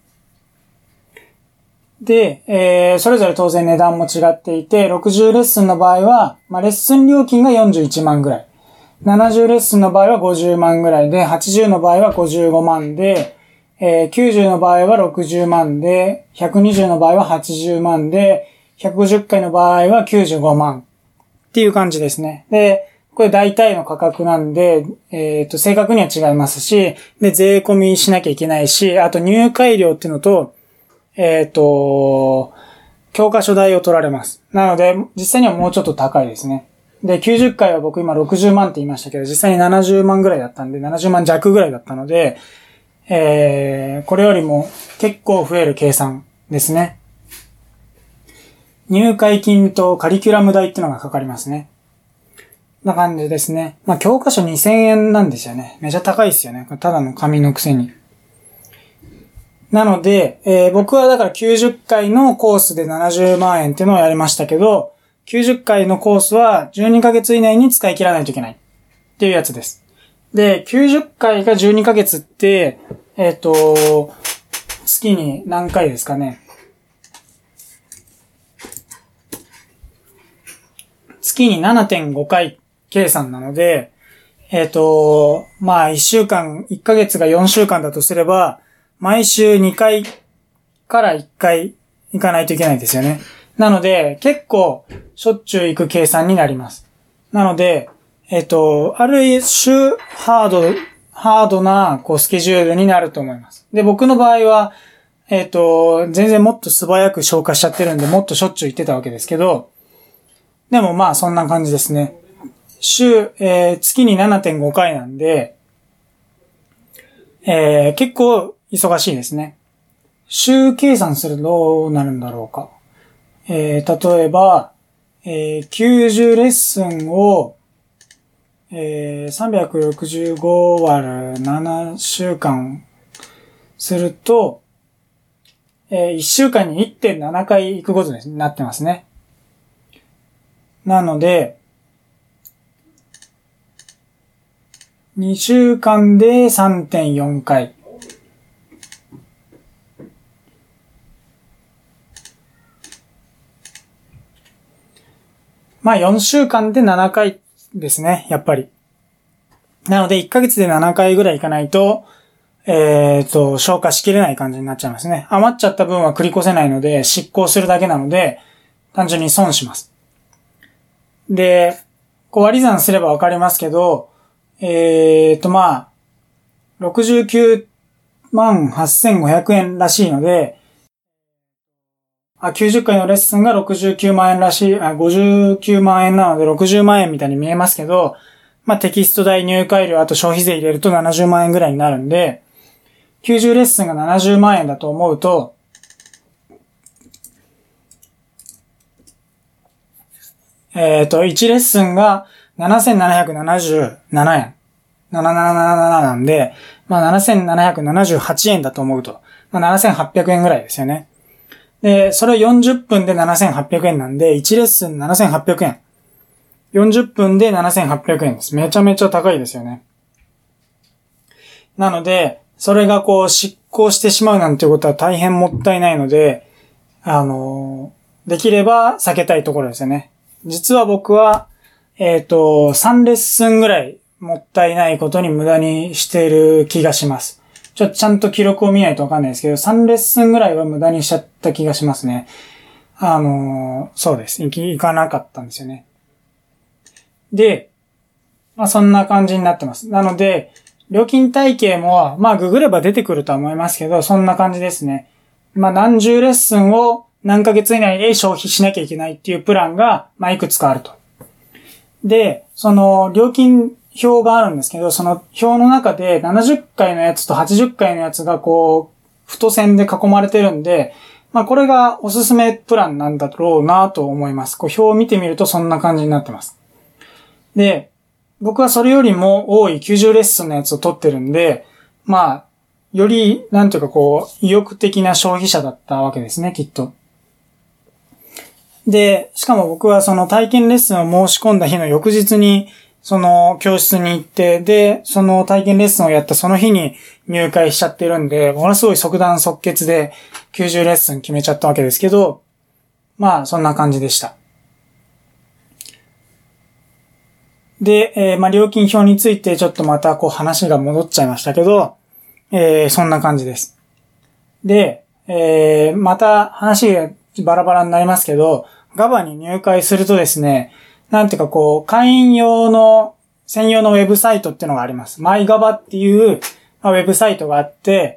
で、えー、それぞれ当然値段も違っていて、ろくじゅうレッスンの場合は、まあ、レッスン料金がよんじゅういちまんぐらい。ななじゅうレッスンの場合はごじゅうまんぐらいで、はちじゅうの場合はごじゅうごまんで、えー、きゅうじゅうの場合はろくじゅうまんで、ひゃくにじゅうの場合ははちじゅうまんで、ひゃくごじゅっかいの場合はきゅうじゅうごまんっていう感じですね。で、これ大体の価格なんで、えっと、正確には違いますし、で、税込みしなきゃいけないし、あと入会料っていうのと、えっと、教科書代を取られます。なので、実際にはもうちょっと高いですね。で、きゅうじゅっかいは僕今ろくじゅうまんって言いましたけど、実際にななじゅうまんぐらいだったんで、ななじゅうまん弱ぐらいだったので、えー、これよりも結構増える計算ですね。入会金とカリキュラム代っていうのがかかりますね。な感じですね。まあ、教科書にせんえんなんですよね。めちゃ高いですよね。ただの紙のくせに。なので、えー、僕はだからきゅうじゅっかいのコースでななじゅうまんえんっていうのをやりましたけど、きゅうじゅっかいのコースはじゅうにかげつ以内に使い切らないといけないっていうやつです。で、きゅうじゅっかいがじゅうにかげつって、えっと、月に何回ですかね。月に ななてんごかい計算なので、 えっと、まあ、いっしゅうかん、いっかげつがよんしゅうかんだとすれば、毎週にかいからいっかい行かないといけないんですよね。なので、結構、しょっちゅう行く計算になります。なので、えっと、ある種、ハード、ハードな、こう、スケジュールになると思います。で、僕の場合は、えっと、全然もっと素早く消化しちゃってるんで、もっとしょっちゅう行ってたわけですけど、でもまあ、そんな感じですね。週、えー、月に ななてんご 回なんで、えー、結構忙しいですね。週計算するとどうなるんだろうか。えー、例えば、えー、きゅうじゅうレッスンを、えー、さんびゃくろくじゅうごわるななしゅうかんすると、えー、いっしゅうかんに いってんなな 回行くことになってますね。なので、にしゅうかんで さんてんよん 回。まあよんしゅうかんでななかいですね、やっぱり。なのでいっかげつでななかいぐらい行かないと、えっと、消化しきれない感じになっちゃいますね。余っちゃった分は繰り越せないので、執行するだけなので、単純に損します。で、こう割り算すればわかりますけど、えっとまあ、ろくじゅうきゅうまんはっせんごひゃくえんらしいので、あ、きゅうじゅっかいのレッスンがろくじゅうきゅうまんえんらしい、あ、ごじゅうきゅうまんえんなのでろくじゅうまんえんみたいに見えますけど、まあテキスト代、入会料、あと消費税入れるとななじゅうまんえんぐらいになるんで、きゅうじゅうレッスンがななじゅうまんえんだと思うと、えっと、いちレッスンがななせんななひゃくななじゅうななえん。なななななななんで、まあななせんななひゃくななじゅうはちえんだと思うと、まあななせんはっぴゃくえんぐらいですよね。で、それをよんじゅっぷんでななせんはっぴゃくえんなんで、いちレッスンななせんはっぴゃくえん。よんじゅっぷんでななせんはっぴゃくえんです。めちゃめちゃ高いですよね。なので、それがこう執行してしまうなんていうことは大変もったいないので、あの、できれば避けたいところですよね。実は僕は、えっと、さんレッスンぐらいもったいないことに無駄にしている気がします。ちょっとちゃんと記録を見ないとわかんないですけど、さんレッスンぐらいは無駄にしちゃった気がしますね。あの、そうです。行き、行かなかったんですよね。で、まあそんな感じになってます。なので、料金体系も、まあググれば出てくるとは思いますけど、そんな感じですね。まあ何十レッスンを何ヶ月以内で消費しなきゃいけないっていうプランが、まあいくつかあると。で、その料金表があるんですけど、その表の中でななじゅっかいのやつとはちじゅっかいのやつがこう、太線で囲まれてるんで、まあこれがおすすめプランなんだろうなと思います。こう表を見てみるとそんな感じになってます。で、僕はそれよりも多いきゅうじゅうレッスンのやつを取ってるんで、まあ、より、なんていうかこう、意欲的な消費者だったわけですね、きっと。で、しかも僕はその体験レッスンを申し込んだ日の翌日に、その教室に行って、で、その体験レッスンをやったその日に入会しちゃってるんで、ものすごい即断即決できゅうじゅうレッスン決めちゃったわけですけど、まあ、そんな感じでした。で、えー、まあ、料金表についてちょっとまたこう話が戻っちゃいましたけど、えー、そんな感じです。で、えー、また話がバラバラになりますけど、ガバ に入会するとですね、なんていうかこう、会員用の、専用のウェブサイトっていうのがあります。マイガバっていう、まあ、ウェブサイトがあって、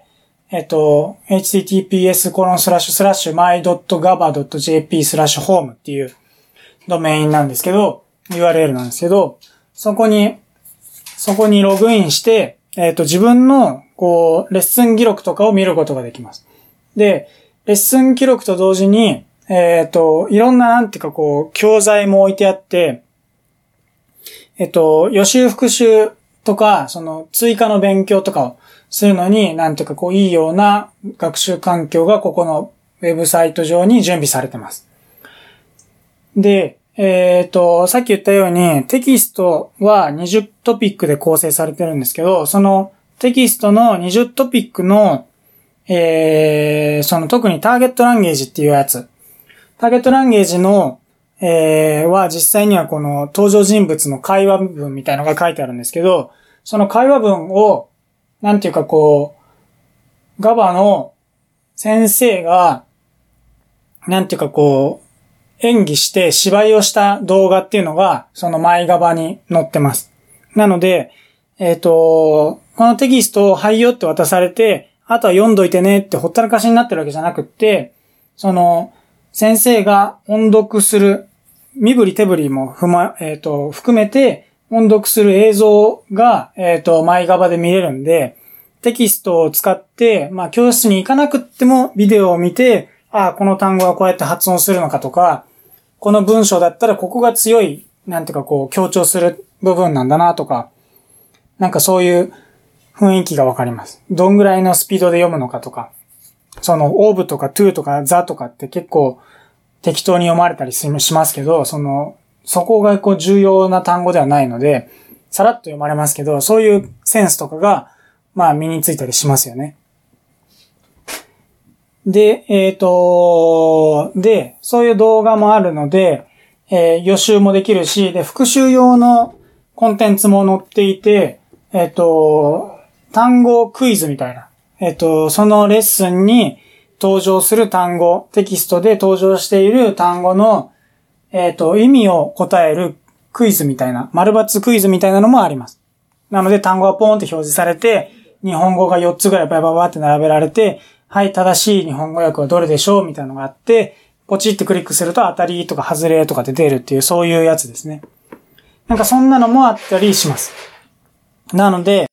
えっと、エイチティーティーピーエスコロンスラッシュスラッシュマイドットガバドットジェーピースラッシュホームっていうドメインなんですけど、ユーアールエル なんですけど、そこに、そこにログインして、えっと、自分の、こう、レッスン記録とかを見ることができます。で、レッスン記録と同時に、えっと、いろんな、なんていうかこう、教材も置いてあって、えっと、予習復習とか、その、追加の勉強とかをするのに、なんていうかこう、いいような学習環境がここのウェブサイト上に準備されてます。で、えっと、さっき言ったようにテキストはにじゅうトピックで構成されてるんですけど、そのテキストのにじゅうトピックの、えー、その特にターゲットランゲージっていうやつ。ターゲットランゲージの、 えー、は実際にはこの登場人物の会話文みたいなのが書いてあるんですけど、その会話文を、なんていうかこう、ガバの先生が、なんていうかこう、演技して芝居をした動画っていうのが、そのマイガバに載ってます。なので、えっと、このテキストをはいよって渡されて、あとは読んどいてねってほったらかしになってるわけじゃなくって、その、先生が音読する、身振り手振りもふま、えっと、含めて音読する映像が、えっと、マイガバで見れるんで、テキストを使って、まあ、教室に行かなくってもビデオを見て、ああ、この単語はこうやって発音するのかとか、この文章だったらここが強い、なんていうかこう、強調する部分なんだなとか、なんかそういう雰囲気がわかります。どんぐらいのスピードで読むのかとか、その、オーブとかトゥーとかザとかって結構適当に読まれたりしますけど、その、そこがこう重要な単語ではないので、さらっと読まれますけど、そういうセンスとかが、まあ身についたりしますよね。で、えっと、で、そういう動画もあるので、えー、予習もできるし、で、復習用のコンテンツも載っていて、えっと、単語クイズみたいな。えっと、そのレッスンに登場する単語、テキストで登場している単語の、えっと、意味を答えるクイズみたいな、丸抜クイズみたいなのもあります。なので単語がポーンって表示されて、日本語がよっつぐらいバババって並べられて、はい、正しい日本語訳はどれでしょうみたいなのがあって、ポチってクリックすると当たりとか外れとかで出るっていう、そういうやつですね。なんかそんなのもあったりします。なので、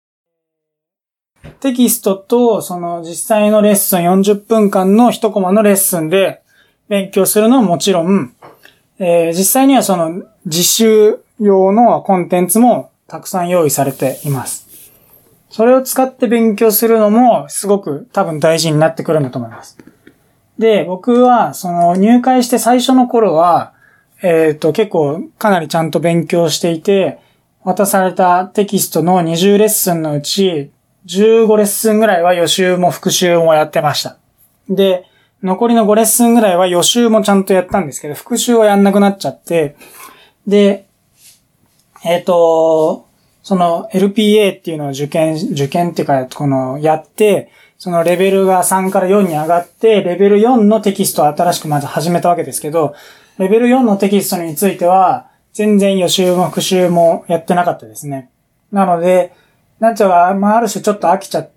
テキストとその実際のレッスンよんじゅっぷんかんの一コマのレッスンで勉強するのはもちろん、えー、実際にはその自習用のコンテンツもたくさん用意されています。それを使って勉強するのもすごく多分大事になってくるんだと思います。で、僕はその入会して最初の頃は、えっと結構かなりちゃんと勉強していて、渡されたテキストのにじゅうレッスンのうちじゅうごレッスンぐらいは予習も復習もやってました。で、残りのごレッスンぐらいは予習もちゃんとやったんですけど、復習はやんなくなっちゃって、で、えっと、その エルピーエー っていうのを受験、受験っていうか、このやって、そのレベルがさんからよんに上がって、レベルよんのテキストを新しくまず始めたわけですけど、レベルよんのテキストについては、全然予習も復習もやってなかったですね。なので、なんちゃが、まあ、ある種ちょっと飽きちゃって、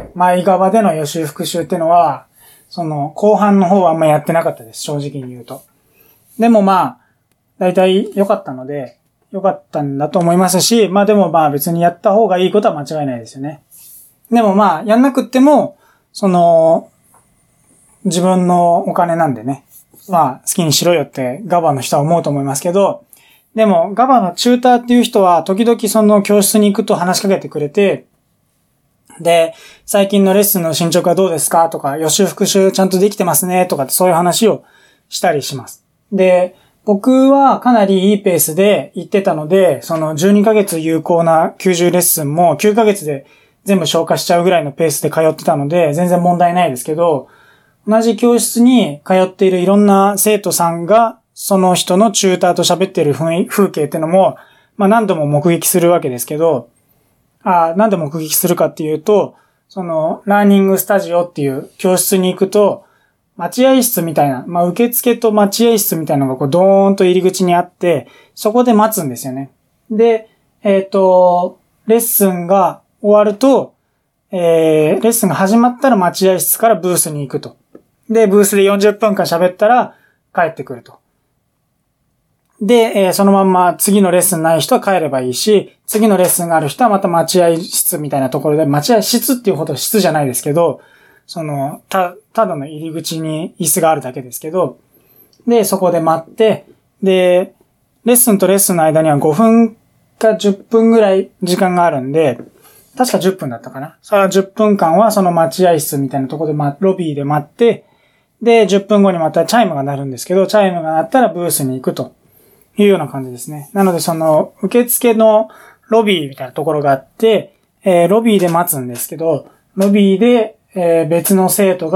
前側での予習復習っていうのは、その、後半の方はあんまやってなかったです、正直に言うと。でもまあ、だいたい良かったので、良かったんだと思いますし、まあでもまあ別にやった方がいいことは間違いないですよね。でもまあ、やんなくっても、その、自分のお金なんでね、まあ好きにしろよってガバの人は思うと思いますけど、でもガバのチューターっていう人は時々その教室に行くと話しかけてくれて、で、最近のレッスンの進捗はどうですかとか、予習復習ちゃんとできてますねとかってそういう話をしたりします。で、僕はかなりいいペースで行ってたので、そのじゅうにかげつ有効なきゅうじゅうレッスンもきゅうかげつで全部消化しちゃうぐらいのペースで通ってたので、全然問題ないですけど、同じ教室に通っているいろんな生徒さんが、その人のチューターと喋っている風景っていうのも、まあ何度も目撃するわけですけど、あなんで目撃するかっていうと、その、ラーニングスタジオっていう教室に行くと、待合室みたいな、まあ受付と待合室みたいなのがこうドーンと入り口にあって、そこで待つんですよね。で、えっと、レッスンが終わると、えー、レッスンが始まったら待合室からブースに行くと。で、ブースでよんじゅっぷんかん喋ったら帰ってくると。で、えー、そのまんま次のレッスンない人は帰ればいいし、次のレッスンがある人はまた待合室みたいなところで、待合室っていうほど室じゃないですけど、その、た、ただの入り口に椅子があるだけですけど、で、そこで待って、で、レッスンとレッスンの間にはごふんかじゅっぷんぐらい時間があるんで、確かじゅっぷんだったかな。それはじゅっぷんかんはその待合室みたいなところで、ま、ロビーで待って、で、じゅっぷんごにまたチャイムが鳴るんですけど、チャイムが鳴ったらブースに行くというような感じですね。なのでその、受付のロビーみたいなところがあって、えー、ロビーで待つんですけど、ロビーで、えー、別の生徒が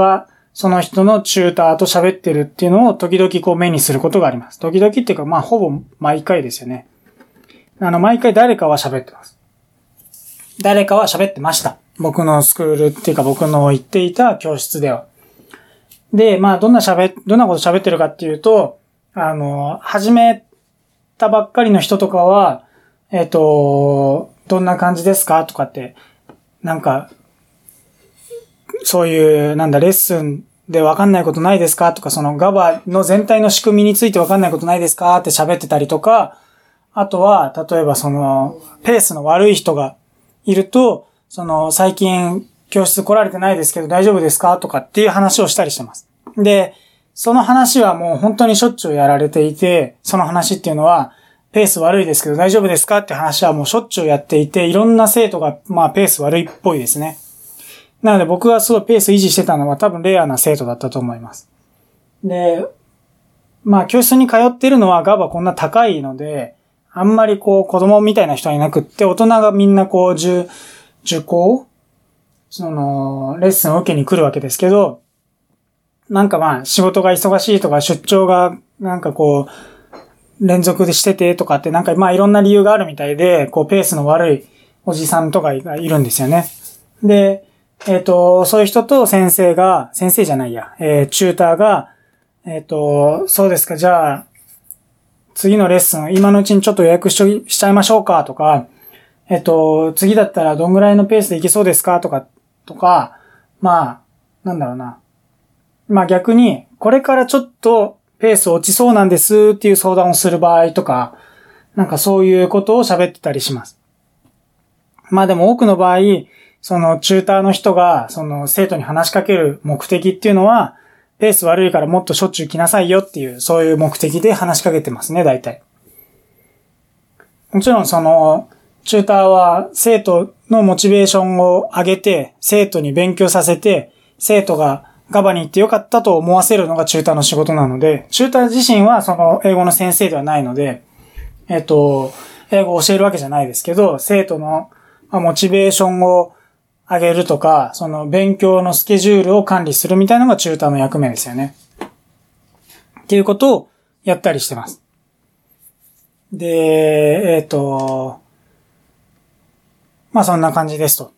その人のチューターと喋ってるっていうのを時々こう目にすることがあります。時々っていうかまあほぼ毎回ですよね。あの毎回誰かは喋ってます。誰かは喋ってました。僕のスクールっていうか僕の行っていた教室では。で、まあどんな喋、どんなこと喋ってるかっていうと、あの、始めたばっかりの人とかは、えっと、どんな感じですかとかって、なんか、そういう、なんだ、レッスンでわかんないことないですかとか、その ガバ の全体の仕組みについてわかんないことないですかって喋ってたりとか、あとは、例えばその、ペースの悪い人がいると、その、最近教室来られてないですけど大丈夫ですかとかっていう話をしたりしてます。で、その話はもう本当にしょっちゅうやられていて、その話っていうのは、ペース悪いですけど大丈夫ですかって話はもうしょっちゅうやっていて、いろんな生徒がまあペース悪いっぽいですね。なので僕がすごいペース維持してたのは多分レアな生徒だったと思います。で、まあ教室に通っているのは ガバ こんな高いので、あんまりこう子供みたいな人はいなくって、大人がみんなこう受、受講その、レッスンを受けに来るわけですけど、なんかまあ仕事が忙しいとか出張がなんかこう、連続でしててとかってなんかまあいろんな理由があるみたいで、こうペースの悪いおじさんとかがいるんですよね。で、えっと、そういう人と先生が、先生じゃないや、えー、チューターが、えっと、そうですか、じゃあ、次のレッスン、今のうちにちょっと予約しちゃ、しちゃいましょうかとか、えっと、次だったらどんぐらいのペースでいけそうですかとか、とか、まあ、なんだろうな。まあ逆に、これからちょっとペース落ちそうなんですっていう相談をする場合とか、なんかそういうことを喋ってたりします。まあでも多くの場合、そのチューターの人が、その生徒に話しかける目的っていうのは、ペース悪いからもっとしょっちゅう来なさいよっていう、そういう目的で話しかけてますね、大体。もちろんその、チューターは生徒のモチベーションを上げて、生徒に勉強させて、生徒がガバに行ってよかったと思わせるのがチューターの仕事なので、チューター自身はその英語の先生ではないので、えっと、英語を教えるわけじゃないですけど、生徒のモチベーションを上げるとか、その勉強のスケジュールを管理するみたいなのがチューターの役目ですよね。っていうことをやったりしてます。で、えっと、まあそんな感じですと。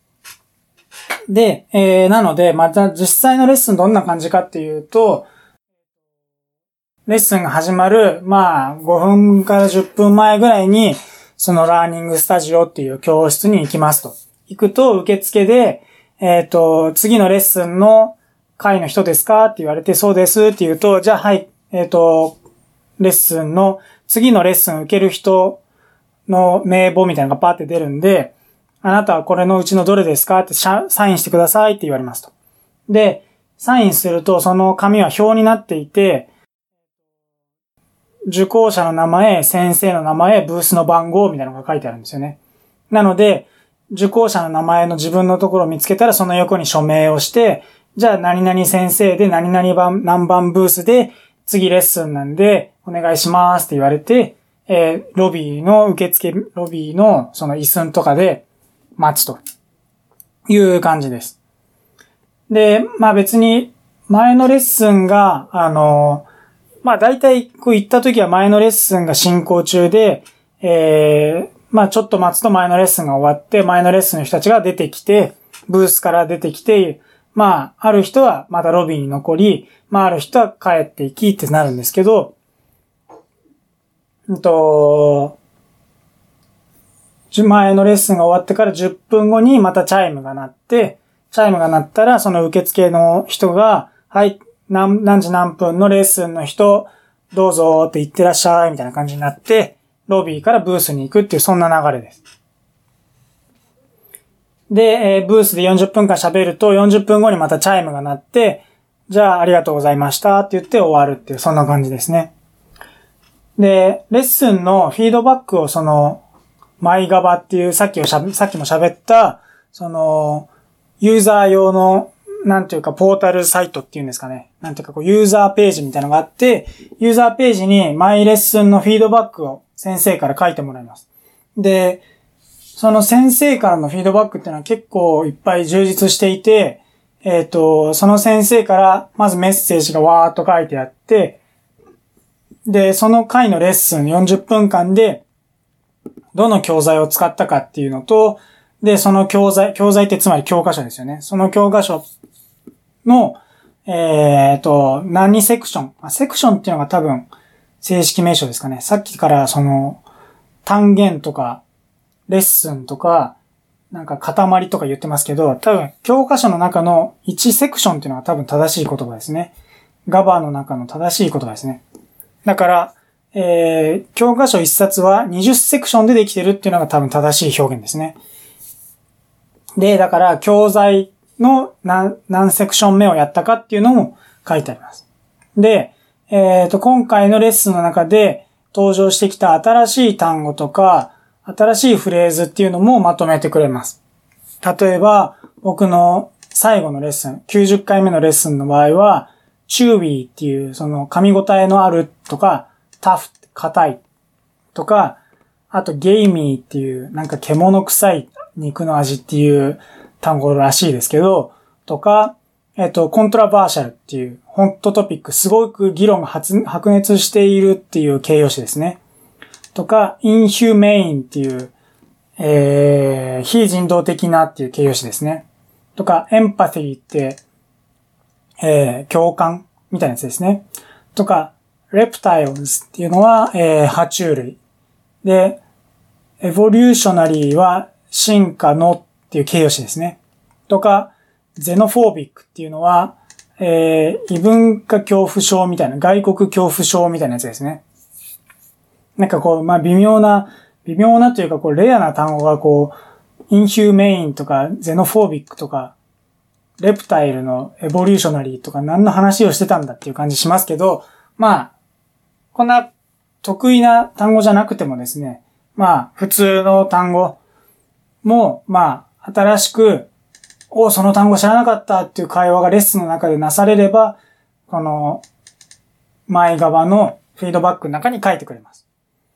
で、えー、なので、また実際のレッスンどんな感じかっていうと、レッスンが始まる、まあごふんからじゅっぷんまえぐらいに、そのラーニングスタジオっていう教室に行きますと。行くと受付で、えっと、次のレッスンの会の人ですかって言われて、そうですって言うと、じゃあはい、えっと、レッスンの、次のレッスン受ける人の名簿みたいなのがパーって出るんで、あなたはこれのうちのどれですかってサインしてくださいって言われますと。で、サインするとその紙は表になっていて、受講者の名前、先生の名前、ブースの番号みたいなのが書いてあるんですよね。なので、受講者の名前の自分のところを見つけたらその横に署名をして、じゃあ何々先生で何々番、何番ブースで次レッスンなんでお願いしますって言われて、えー、ロビーの受付、ロビーのその椅子とかで待つという感じです。で、まあ別に前のレッスンが、あの、まあ大体こう行った時は前のレッスンが進行中で、えー、まあちょっと待つと前のレッスンが終わって、前のレッスンの人たちが出てきて、ブースから出てきて、まあある人はまたロビーに残り、まあある人は帰っていきってなるんですけど、うんと、前のレッスンが終わってからじゅっぷんごにまたチャイムが鳴って、チャイムが鳴ったらその受付の人が、はい、何、何時何分のレッスンの人、どうぞって言ってらっしゃいみたいな感じになって、ロビーからブースに行くっていうそんな流れです。で、えー、ブースでよんじゅっぷんかん喋るとよんじゅっぷんごにまたチャイムが鳴って、じゃあありがとうございましたって言って終わるっていうそんな感じですね。で、レッスンのフィードバックをその、マイガバっていうさっきをしゃべ、さっきも喋った、その、ユーザー用の、なんていうか、ポータルサイトっていうんですかね。なんていうか、こう、ユーザーページみたいなのがあって、ユーザーページにマイレッスンのフィードバックを先生から書いてもらいます。で、その先生からのフィードバックっていうのは結構いっぱい充実していて、 えっと、その先生からまずメッセージがわーっと書いてあって、で、その回のレッスンよんじゅっぷんかんで、どの教材を使ったかっていうのと、で、その教材、教材ってつまり教科書ですよね。その教科書の、えっと、何セクション。セクションっていうのが多分、正式名称ですかね。さっきからその、単元とか、レッスンとか、なんか塊とか言ってますけど、多分、教科書の中のいちセクションっていうのが多分正しい言葉ですね。ガバの中の正しい言葉ですね。だから、えー、教科書いっさつはにじゅっセクションでできてるっていうのが多分正しい表現ですね。で、だから、教材の何、何セクション目をやったかっていうのも書いてあります。で、えっと、今回のレッスンの中で登場してきた新しい単語とか、新しいフレーズっていうのもまとめてくれます。例えば、僕の最後のレッスン、きゅうじゅっかいめのレッスンの場合は、チュービーっていう、その噛み応えのあるとか、タフ、硬いとか、あとゲイミーっていう、なんか獣臭い肉の味っていう単語らしいですけど、とか、えっと、コントラバーシャルっていう、ホットトピック、すごく議論が白熱しているっていう形容詞ですね。とか、インヒューメインっていう、えー、非人道的なっていう形容詞ですね。とか、エンパティって、えー、共感みたいなやつですね。とか、レプタイルズっていうのは、えー、爬虫類。で、エボリューショナリーは進化のっていう形容詞ですね。とか、ゼノフォービックっていうのは、えー、異文化恐怖症みたいな、外国恐怖症みたいなやつですね。なんかこう、まあ、微妙な、微妙なというか、こう、レアな単語がこう、インヒューメインとか、ゼノフォービックとか、レプタイルのエボリューショナリーとか何の話をしてたんだっていう感じしますけど、まあ、こんな得意な単語じゃなくてもですね、まあ、普通の単語も、まあ、新しく、お、その単語知らなかったっていう会話がレッスンの中でなされれば、この、前側のフィードバックの中に書いてくれます。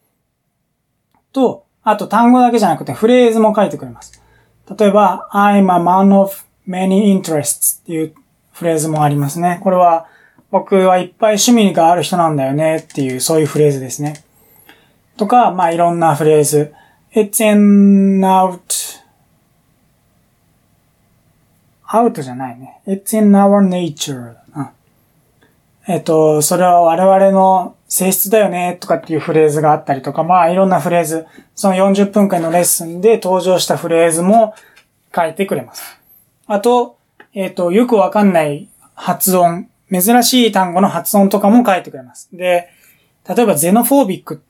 と、あと単語だけじゃなくてフレーズも書いてくれます。例えば、I'm a man of many interests っていうフレーズもありますね。これは、僕はいっぱい趣味がある人なんだよねっていう、そういうフレーズですね。とか、まあいろんなフレーズ。It's in out, out じゃないね。It's in our nature. うん、えっと、それは我々の性質だよねとかっていうフレーズがあったりとか、まあいろんなフレーズ。そのよんじゅっぷんかんのレッスンで登場したフレーズも書いてくれます。あと、えっと、よくわかんない発音。珍しい単語の発音とかも書いてくれます。で、例えばゼノフォービックって、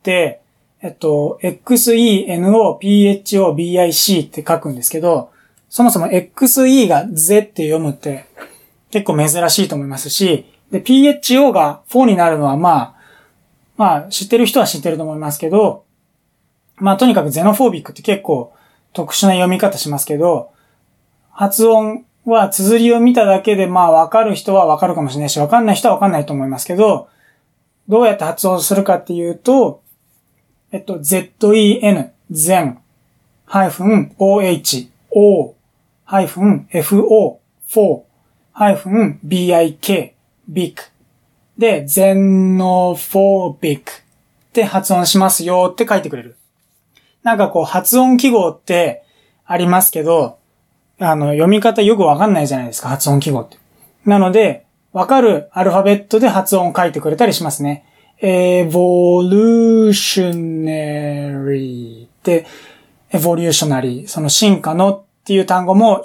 えっと、エックスイーエヌオーピーエイチオービーアイシー って書くんですけど、そもそも エックスイー がゼって読むって結構珍しいと思いますし、で、ピーエイチオー がフォーになるのはまあ、まあ知ってる人は知ってると思いますけど、まあとにかくゼノフォービックって結構特殊な読み方しますけど、発音は綴りを見ただけでまあ分かる人は分かるかもしれないし、分かんない人は分かんないと思いますけど、どうやって発音するかっていうと、えっと、zen, zen, ハイフン oh, o, ハイフン fo, fo, ハイフン bik, bik で、xenophobic って発音しますよって書いてくれる。なんかこう発音記号ってありますけど、あの、読み方よくわかんないじゃないですか、発音記号って。なので、わかるアルファベットで発音を書いてくれたりしますね。evolutionary って、evolutionary、その進化のっていう単語も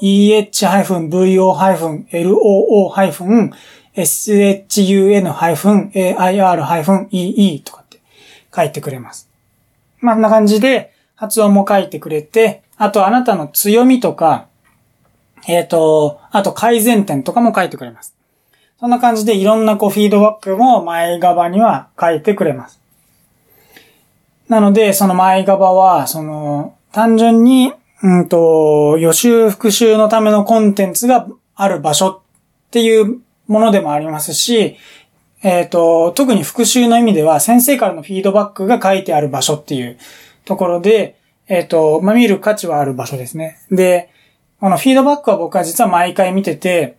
eh-vo-loo-shun-air-ee とかって書いてくれます。まあ、こんな感じで発音も書いてくれて、あとあなたの強みとか、えっと、あと改善点とかも書いてくれます。そんな感じでいろんなこうフィードバックも前側には書いてくれます。なので、その前側は、その、単純に、うんと、予習復習のためのコンテンツがある場所っていうものでもありますし、えっと、特に復習の意味では先生からのフィードバックが書いてある場所っていうところで、えっと、まあ、見る価値はある場所ですね。で、このフィードバックは僕は実は毎回見てて、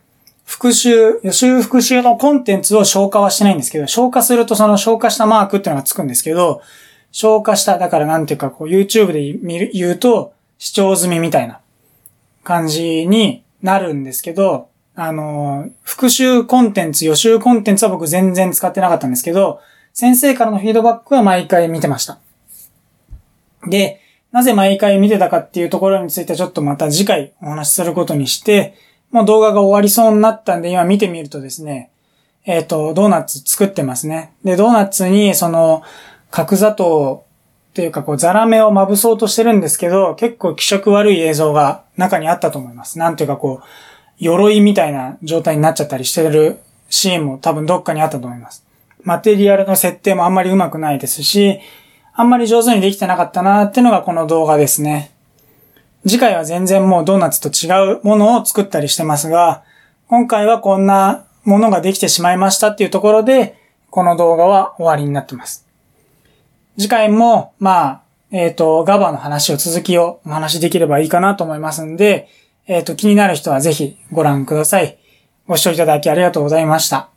復習、予習復習のコンテンツを消化はしてないんですけど、消化するとその消化したマークっていうのがつくんですけど、消化した、だからなんていうかこう YouTube で見る、言うと視聴済みみたいな感じになるんですけど、あの、復習コンテンツ、予習コンテンツは僕全然使ってなかったんですけど、先生からのフィードバックは毎回見てました。で、なぜ毎回見てたかっていうところについてちょっとまた次回お話しすることにして、もう動画が終わりそうになったんで今見てみるとですね、えっと、ドーナツ作ってますね。で、ドーナツにその角砂糖っていうかこうザラメをまぶそうとしてるんですけど、結構気色悪い映像が中にあったと思います。なんていうかこう、鎧みたいな状態になっちゃったりしてるシーンも多分どっかにあったと思います。マテリアルの設定もあんまり上手くないですし、あんまり上手にできてなかったなーっていうのがこの動画ですね。次回は全然もうドーナツと違うものを作ったりしてますが、今回はこんなものができてしまいましたっていうところで、この動画は終わりになってます。次回も、まあ、えっと、ガバの話を続きをお話しできればいいかなと思いますんで、えっと、気になる人はぜひご覧ください。ご視聴いただきありがとうございました。